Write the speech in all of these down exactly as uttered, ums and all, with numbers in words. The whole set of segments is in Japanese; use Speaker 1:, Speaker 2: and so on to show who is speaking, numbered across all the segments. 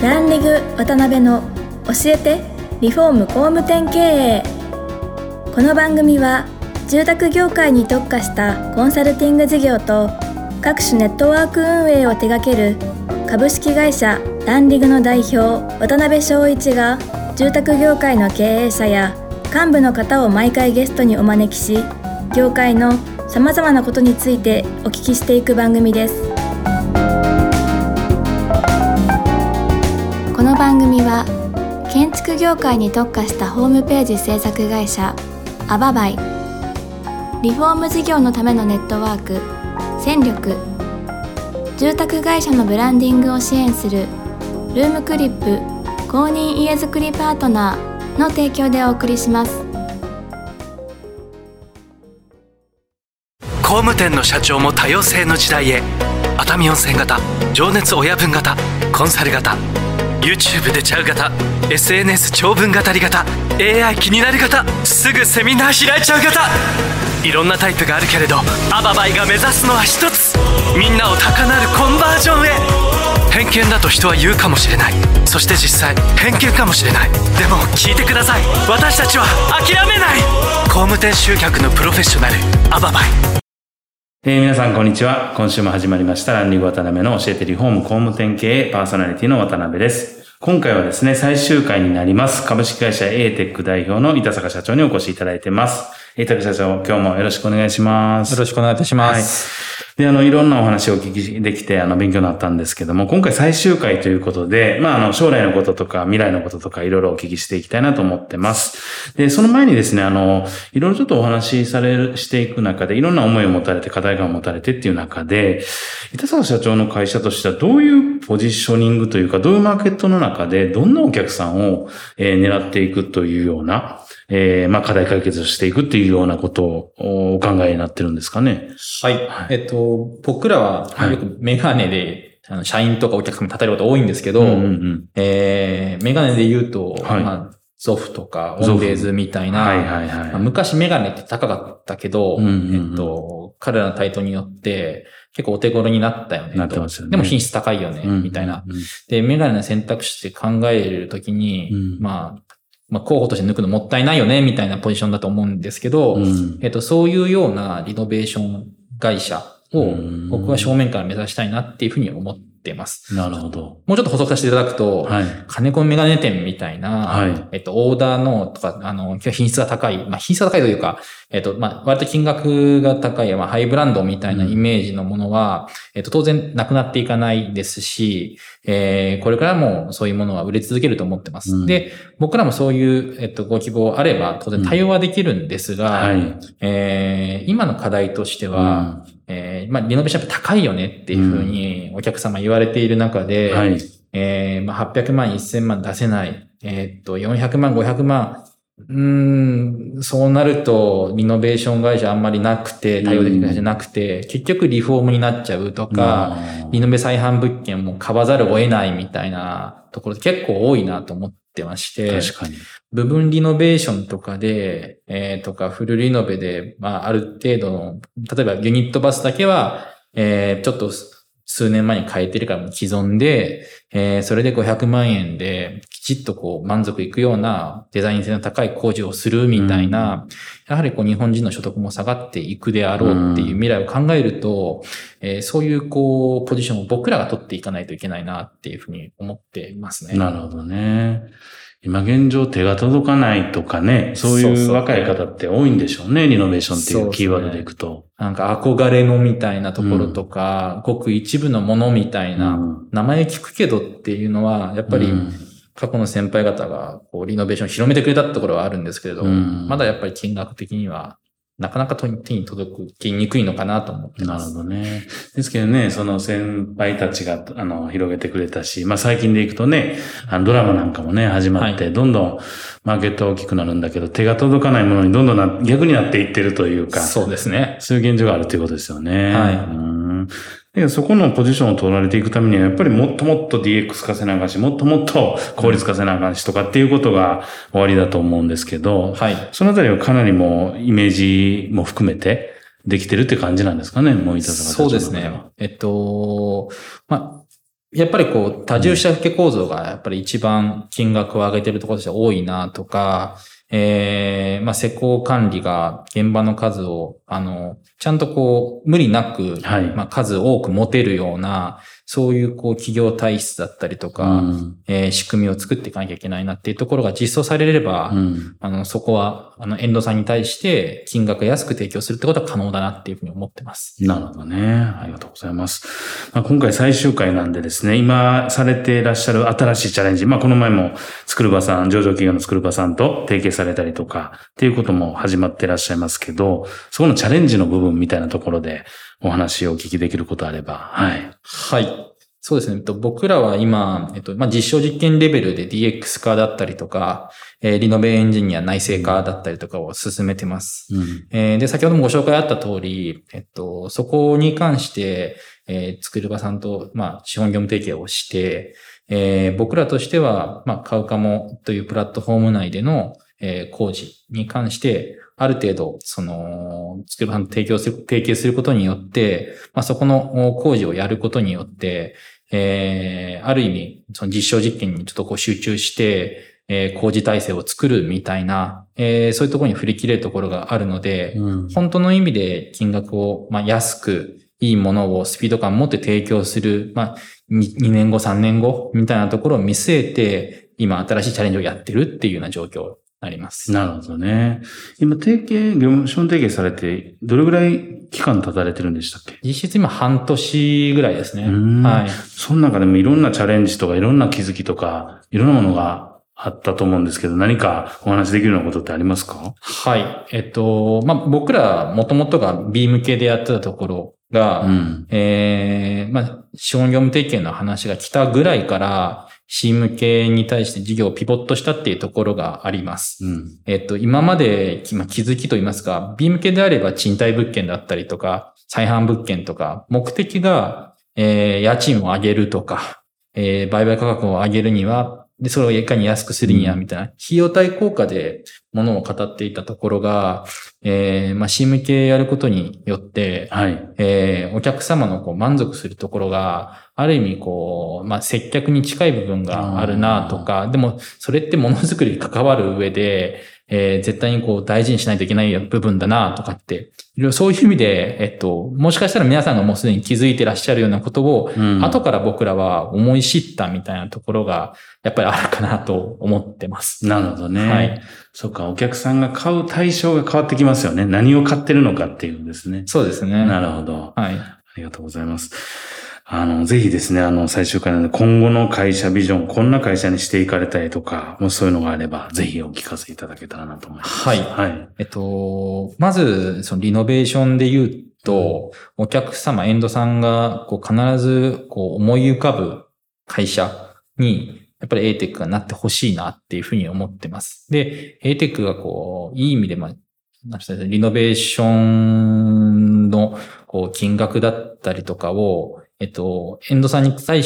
Speaker 1: ランリグ渡辺の教えてリフォーム工務店経営。この番組は住宅業界に特化したコンサルティング事業と各種ネットワーク運営を手掛ける株式会社ランリグの代表渡辺翔一が住宅業界の経営者や幹部の方を毎回ゲストにお招きし、業界のさまざまなことについてお聞きしていく番組です。この番組は建築業界に特化したホームページ制作会社アババイ、リフォーム事業のためのネットワーク戦力、住宅会社のブランディングを支援するルームクリップ公認家づくりパートナーの提供でお送りします。
Speaker 2: 工務店の社長も多様性の時代へ。熱海温泉型、情熱親分型、コンサル型、 YouTube でちゃう型、 エスエヌエス 長文語り型、 エーアイ 気になる型、すぐセミナー開いちゃう型、いろんなタイプがあるけれどアババイが目指すのは一つ、みんなを高鳴るコンバージョンへ。偏見だと人は言うかもしれない、そして実際偏見かもしれない。でも聞いてください、私たちは諦めない。工務店集客のプロフェッショナルアババイ。
Speaker 3: えー、皆さんこんにちは。今週も始まりましたランリング渡辺の教えてリフォーム工務店経営パーソナリティの渡辺です。今回はですね、最終回になります。株式会社 エーテック 代表の板坂社長にお越しいただいてます。板坂社長、今日もよろしくお願いします。
Speaker 4: よろしくお願いいたします。
Speaker 3: はい。で、あの、いろんなお話をお聞きできて、あの、勉強になったんですけども、今回最終回ということで、まあ、あの、将来のこととか未来のこととかいろいろお聞きしていきたいなと思ってます。で、その前にですね、あの、いろいろちょっとお話しされる、していく中で、いろんな思いを持たれて、課題感を持たれてっていう中で、板坂社長の会社としてはどういうポジショニングというか、どういうマーケットの中で、どんなお客さんを、えー、狙っていくというような、えー、まあ、課題解決をしていくっていうようなことをお考えになってるんですかね。
Speaker 4: はい。はい、えっと、僕らはよくメガネで、はい、あの社員とかお客様に叩いること多いんですけど、うんうんうん、えー、メガネで言うと、はい、まあ、ゾフとかオンデーズみたいな、はいはいはいまあ、昔メガネって高かったけど、うんうんうん、えっと、彼らの台頭によって結構お手頃になったよね。
Speaker 3: なってますよね。
Speaker 4: でも品質高いよね、うんうんうん、みたいな。で、メガネの選択肢って考えるときに、うん、まあ、まあ、候補として抜くのもったいないよね、みたいなポジションだと思うんですけど、うん、えっと、そういうようなリノベーション会社を僕は正面から目指したいなっていうふうに思ってます。
Speaker 3: なるほど。
Speaker 4: もうちょっと補足させていただくと、はい、金込みメガネ店みたいな、はい、えっと、オーダーのとか、あの、品質が高い、まあ、品質が高いというか、えっと、まあ、割と金額が高い、まあ、ハイブランドみたいなイメージのものは、うん、えっと、当然なくなっていかないですし、えー、これからもそういうものは売れ続けると思ってます。うん、で、僕らもそういう、えっと、ご希望あれば、当然対応はできるんですが、うんはいえー、今の課題としては、うんえー、まあ、リノベーションやっぱ高いよねっていうふうにお客様言われている中で、うんはいえー、まあ、はっぴゃくまん、せんまん出せない、えー、っと、よんひゃくまん、ごひゃくまん、うーん、そうなると、リノベーション会社あんまりなくて、対応できる会社じゃなくて、うん、結局リフォームになっちゃうとか、うん、リノベ再販物件も買わざるを得ないみたいなところ結構多いなと思ってまして、
Speaker 3: 確かに。
Speaker 4: 部分リノベーションとかで、えー、とかフルリノベで、まあ、ある程度の、例えばユニットバスだけは、えー、ちょっと数年前に変えてるから既存で、えー、それでごひゃくまんえんできちっとこう満足いくようなデザイン性の高い工事をするみたいな、うん、やはりこう日本人の所得も下がっていくであろうっていう未来を考えると、うんえー、そういうこうポジションを僕らが取っていかないといけないなっていうふうに思っていますね。
Speaker 3: なるほどね。今現状手が届かないとかね、そういう若い方って多いんでしょうね、リノベーションっていうキーワードでいくと。
Speaker 4: なんか憧れのみたいなところとか、うん、ごく一部のものみたいな、うん、名前聞くけどっていうのは、やっぱり過去の先輩方がこうリノベーションを広めてくれたところはあるんですけれど、うん、まだやっぱり金額的にはなかなか手に届きにくいのかなと思ってます。
Speaker 3: なるほどね。ですけどね、その先輩たちが、あの、広げてくれたし、まあ最近でいくとね、あのドラマなんかもね、始まって、どんどんマーケット大きくなるんだけど、手が届かないものにどんどんな逆になっていってるというか。
Speaker 4: そうですね。
Speaker 3: そういう現状があるということですよね。
Speaker 4: はい。
Speaker 3: うんでそこのポジションを取られていくためには、やっぱりもっともっと ディーエックス 化せなあかんし、もっともっと効率化せなあかんしとかっていうことが終わりだと思うんですけど、はい。そのあたりはかなりもうイメージも含めてできてるって感じなんですかね、もう板坂社長の。
Speaker 4: そうですね。えっと、まあ、 やっぱりこう、多重下請け構造がやっぱり一番金額を上げてるところとして多いなとか、えー、まあ、施工管理が現場の数を、あの、ちゃんとこう、無理なく、はい、まあ、数多く持てるような、そういうこう、企業体質だったりとか、うん、えー、仕組みを作っていかなきゃいけないなっていうところが実装されれば、うん、あの、そこは、あの、エンドさんに対して金額安く提供するってことは可能だなっていうふうに思ってます。
Speaker 3: なるほどね。ありがとうございます。まあ、今回最終回なんでですね、今されていらっしゃる新しいチャレンジ、まあ、この前も、スクルバさん、上場企業のスクルバさんと提携されたりとか、っていうことも始まっていらっしゃいますけど、そこのチャレンジの部分みたいなところでお話をお聞きできることあれば。はい。
Speaker 4: はい。そうですね。僕らは今、えっと、まあ、実証実験レベルで ディーエックス 化だったりとか、えー、リノベエンジニア内製化だったりとかを進めてます。うんえー、で、先ほどもご紹介あった通り、えっと、そこに関して、えー、つくるばさんと、まあ、資本業務提携をして、えー、僕らとしては、まあ、カウカモというプラットフォーム内での、えー、工事に関して、ある程度、その、つくるばさんと提供する、提携することによって、まあ、そこの工事をやることによって、えー、ある意味、その実証実験にちょっとこう集中して、えー、工事体制を作るみたいな、えー、そういうところに振り切れるところがあるので、うん、本当の意味で金額を、まあ、安く、いいものをスピード感を持って提供する、まあ、にねんご、さんねんごみたいなところを見据えて、今新しいチャレンジをやってるっていうような状況になります。
Speaker 3: なるほどね。今、提携、業務資本提携されて、どれぐらい期間経たれてるんでしたっけ？
Speaker 4: 実質今半年ぐらいですね。
Speaker 3: はい。その中でもいろんなチャレンジとか、いろんな気づきとか、いろんなものがあったと思うんですけど、何かお話できるようなことってありますか？
Speaker 4: はい。えっと、まあ、僕らもともとがビーム系でやってたところが、うん、えー、まあ、資本業務提携の話が来たぐらいから、シーム系に対して事業をピボットしたっていうところがあります。うん、えっと、今まで、まあ、気づきといいますか、ビーム系であれば賃貸物件だったりとか、再販物件とか、目的が、えー、家賃を上げるとか、えー、売買価格を上げるには、で、それをいかに安くするには、みたいな、費用対効果でものを語っていたところが、えー、まあ、シーム系やることによって、はい。えー、お客様のこう満足するところが、ある意味こう、まあ、接客に近い部分があるなとか、でも、それってものづくりに関わる上で、えー、絶対にこう大事にしないといけない部分だなとかって、そういう意味で、えっと、もしかしたら皆さんがもうすでに気づいてらっしゃるようなことを、うん、後から僕らは思い知ったみたいなところが、やっぱりあるかなと思ってます。
Speaker 3: なるほどね。はい。そうか、お客さんが買う対象が変わってきますよね。何を買ってるのかっていうんですね。
Speaker 4: そうですね。
Speaker 3: なるほど。
Speaker 4: はい。
Speaker 3: ありがとうございます。あの、ぜひですね、あの、最終回なので、今後の会社ビジョン、こんな会社にしていかれたいとか、もしそういうのがあれば、ぜひお聞かせいただけたらなと思います。
Speaker 4: はい。はい。えっと、まず、そのリノベーションで言うと、お客様、エンドさんが、こう、必ず、こう、思い浮かぶ会社に、やっぱり エーテック がなってほしいなっていうふうに思ってます。で、エーテック がこう、いい意味で、まあ、リノベーションの、こう、金額だったりとかを、えっと、エンドさんに対して、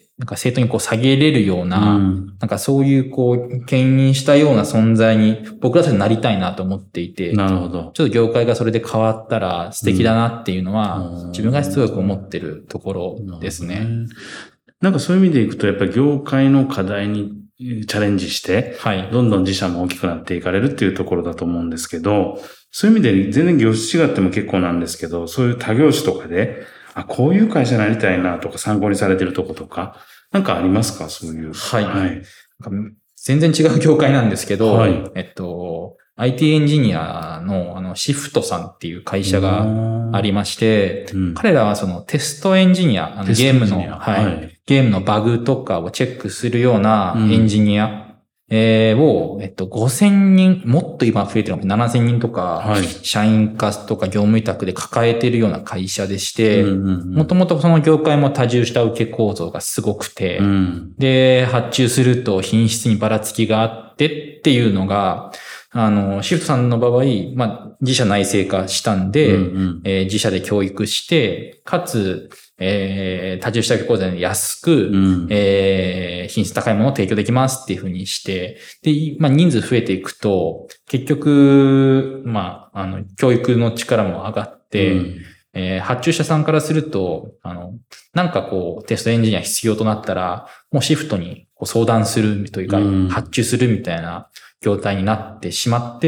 Speaker 4: なんか正当にこう下げれるような、うん、なんかそういうこう、牽引したような存在に僕らとしてなりたいなと思っていて、
Speaker 3: なるほど。
Speaker 4: ちょっと業界がそれで変わったら素敵だなっていうのは、うん、自分が強く思ってるところですね。
Speaker 3: ね、なんかそういう意味でいくと、やっぱり業界の課題にチャレンジして、はい、どんどん自社も大きくなっていかれるっていうところだと思うんですけど、そういう意味で全然業種違っても結構なんですけど、そういう他業種とかで、あ、こういう会社になりたいなとか参考にされてるとことか、なんかありますか？そういう。
Speaker 4: はい。はい、全然違う業界なんですけど、はい、えっと、アイティー エンジニアのあのシフトさんっていう会社がありまして、うん、彼らはそのテストエンジニア、あのゲームの、はい、はい、ゲームのバグとかをチェックするようなエンジニア、うんえー、を、えっと、ごせんにん、もっと今増えてるのかななせんにんとか、はい、社員化とか業務委託で抱えているような会社でして、もともとその業界も多重下請け構造がすごくて、うん、で、発注すると品質にばらつきがあってっていうのが、あの、シフトさんの場合、まあ、自社内製化したんで、うんうんえー、自社で教育して、かつ、えー、多重下請け構造で安く、うんえー、品質高いものを提供できますっていうふうにして、で、まあ、人数増えていくと、結局、まあ、あの、教育の力も上がって、うんえー、発注者さんからすると、あの、なんかこう、テストエンジニア必要となったら、もうシフトにこう相談するというか、うん、発注するみたいな業態になってしまって、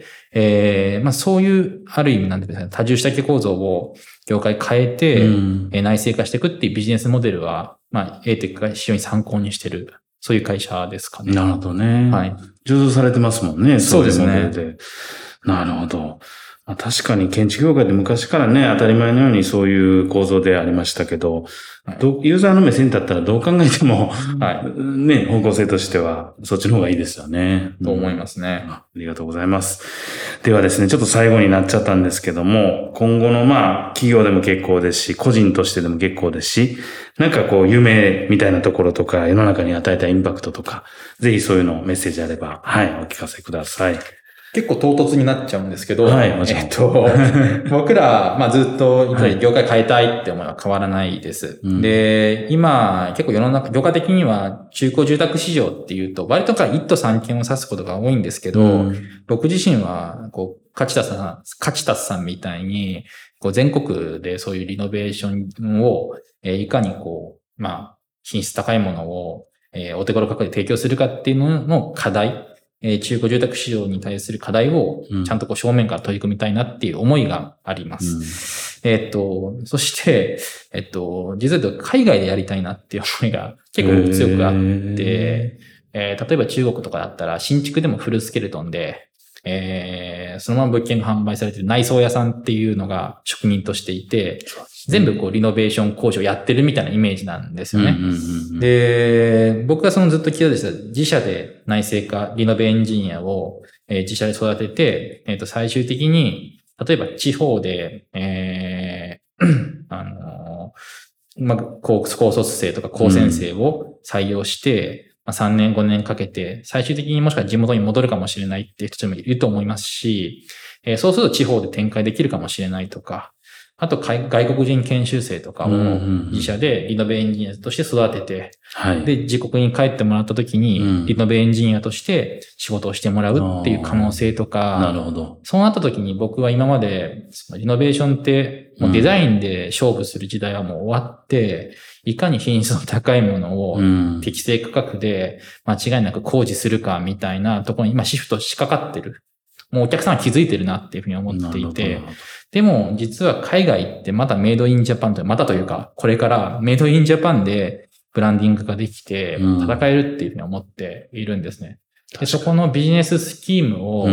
Speaker 4: えー、まあそういう、ある意味なんていうんですかね、多重下請け構造を業界変えて、うん、えー、内製化していくっていうビジネスモデルは、まあ、エーテック が非常に参考にしている、そういう会社ですかね。
Speaker 3: なるほどね。
Speaker 4: はい。
Speaker 3: 上場されてますもんね。
Speaker 4: そうですね。
Speaker 3: そういうモデルで。なるほど。まあ、確かに建築業界で昔からね、当たり前のようにそういう構造でありましたけど、はい、ユーザーの目線だったらどう考えても、はい、ね、方向性としてはそっちの方がいいですよね。
Speaker 4: と思いますね、
Speaker 3: うん。ありがとうございます。ではですね、ちょっと最後になっちゃったんですけども、今後のまあ、企業でも結構ですし、個人としてでも結構ですし、なんかこう、夢みたいなところとか、世の中に与えたインパクトとか、ぜひそういうのメッセージあれば、はい、お聞かせください。
Speaker 4: 結構唐突になっちゃうんですけど、
Speaker 3: はい、
Speaker 4: えっと、僕ら、まあずっと業界変えたいって思いは変わらないです。はい、で、今、結構世の中、業界的には中古住宅市場っていうと、割とか一都三県を指すことが多いんですけど、うん、僕自身は、こう、カチタスさん、カチタスさんみたいに、こう全国でそういうリノベーションを、えー、いかにこう、まあ、品質高いものを、えー、お手頃価格で提供するかっていうのの課題、えー、中古住宅市場に対する課題をちゃんとこう正面から取り組みたいなっていう思いがあります。うん、えっと、そして、えっと、実は言うと海外でやりたいなっていう思いが結構強くあって、えー、例えば中国とかだったら新築でもフルスケルトンで、えー、そのまま物件が販売されている内装屋さんっていうのが職人としていて、全部こうリノベーション工事をやってるみたいなイメージなんですよね。うんうんうん、で、僕がそのずっと聞いたですが、自社で内製化、リノベエンジニアを、えー、自社で育てて、えっと、最終的に、例えば地方で、えー、あのー、まあ、高卒生とか高専生を採用して、うんまあ、さんねんごねんかけて、最終的にもしかしたら地元に戻るかもしれないっていう人もいると思いますし、えー、そうすると地方で展開できるかもしれないとか、あと外国人研修生とかを自社でリノベエンジニアとして育てて、うんうん、で、自国に帰ってもらった時に、リノベエンジニアとして仕事をしてもらうっていう可能性とか、
Speaker 3: なるほど。
Speaker 4: そうなった時に僕は今まで、リノベーションって、もうデザインで勝負する時代はもう終わって、いかに品質の高いものを適正価格で間違いなく工事するかみたいなところに今シフトしかかってる。もうお客さんは気づいてるなっていうふうに思っていて、でも実は海外ってまだメイドインジャパンという、まだというか、これからメイドインジャパンでブランディングができて戦えるっていうふうに思っているんですね。でそこのビジネススキームを、うん、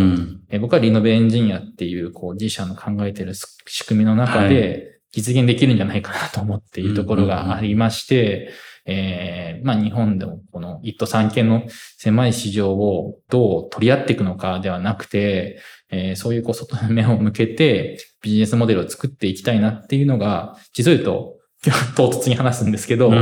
Speaker 4: え僕はリノベエンジニアっていうこう自社の考えている仕組みの中で実現できるんじゃないかなと思っているところがありまして、えー、まあ日本でもこの一都三県の狭い市場をどう取り合っていくのかではなくて、えー、そういうこう外の目を向けてビジネスモデルを作っていきたいなっていうのが、実を言うと唐突に話すんですけど、うん、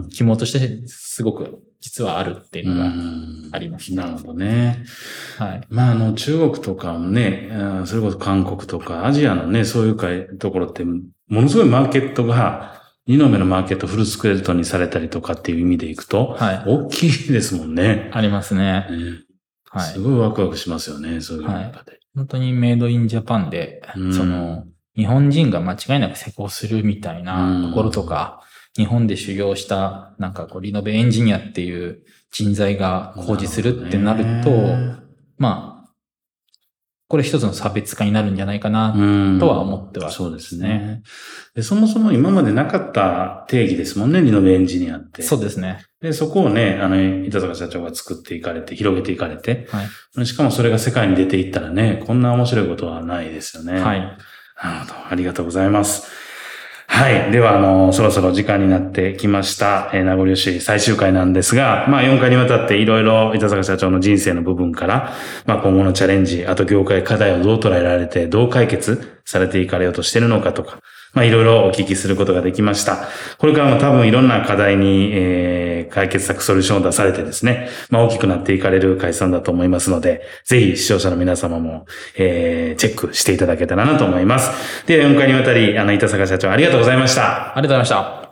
Speaker 4: 肝としてすごく実はあるっていうのがあります、
Speaker 3: ね。なるほどね。はい。まああの中国とかもね、それこそ韓国とかアジアのね、そういうところってものすごいマーケットがリノベのマーケットフルスクレルトにされたりとかっていう意味でいくと、はい、大きいですもんね。
Speaker 4: ありますね。ね
Speaker 3: はい。すごいワクワクしますよね、そういう中で、はい。
Speaker 4: 本当にメイドインジャパンで、うん、その、日本人が間違いなく施工するみたいなところとか、うん、日本で修行した、なんかこう、リノベエンジニアっていう人材が工事するってなると、まあ、これ一つの差別化になるんじゃないかなとは思っては、
Speaker 3: ね、そうですね。で。そもそも今までなかった定義ですもんね、リノベエンジニアって。
Speaker 4: そうですね。
Speaker 3: で、そこをね、あの、板坂社長が作っていかれて、広げていかれて、はい、しかもそれが世界に出ていったらね、こんな面白いことはないですよね。はい。なるほど。ありがとうございます。はい。では、あの、そろそろ時間になってきました。えー、名残惜しい最終回なんですが、まあ、よんかいにわたっていろいろ板坂社長の人生の部分から、まあ、今後のチャレンジ、あと業界課題をどう捉えられて、どう解決されていかれようとしているのかとか、まあ、いろいろお聞きすることができました。これからも多分いろんな課題に、えー、解決策、ソリューションを出されてですね、まあ、大きくなっていかれる会社さんだと思いますので、ぜひ視聴者の皆様も、えー、チェックしていただけたらなと思います。では、よんかいにわたり、あの、板坂社長ありがとうございました。
Speaker 4: ありがとうございま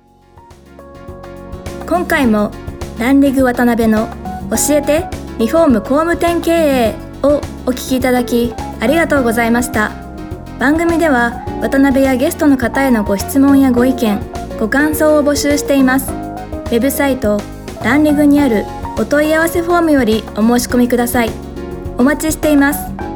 Speaker 1: した。今回も、ランリグ渡辺の教えてリフォーム工務店経営をお聞きいただき、ありがとうございました。番組では、 渡辺やゲストの方へのご質問やご意見、ご感想を募集しています。ウェブサイトランリグにあるお問い合わせフォームよりお申し込みください。お待ちしています。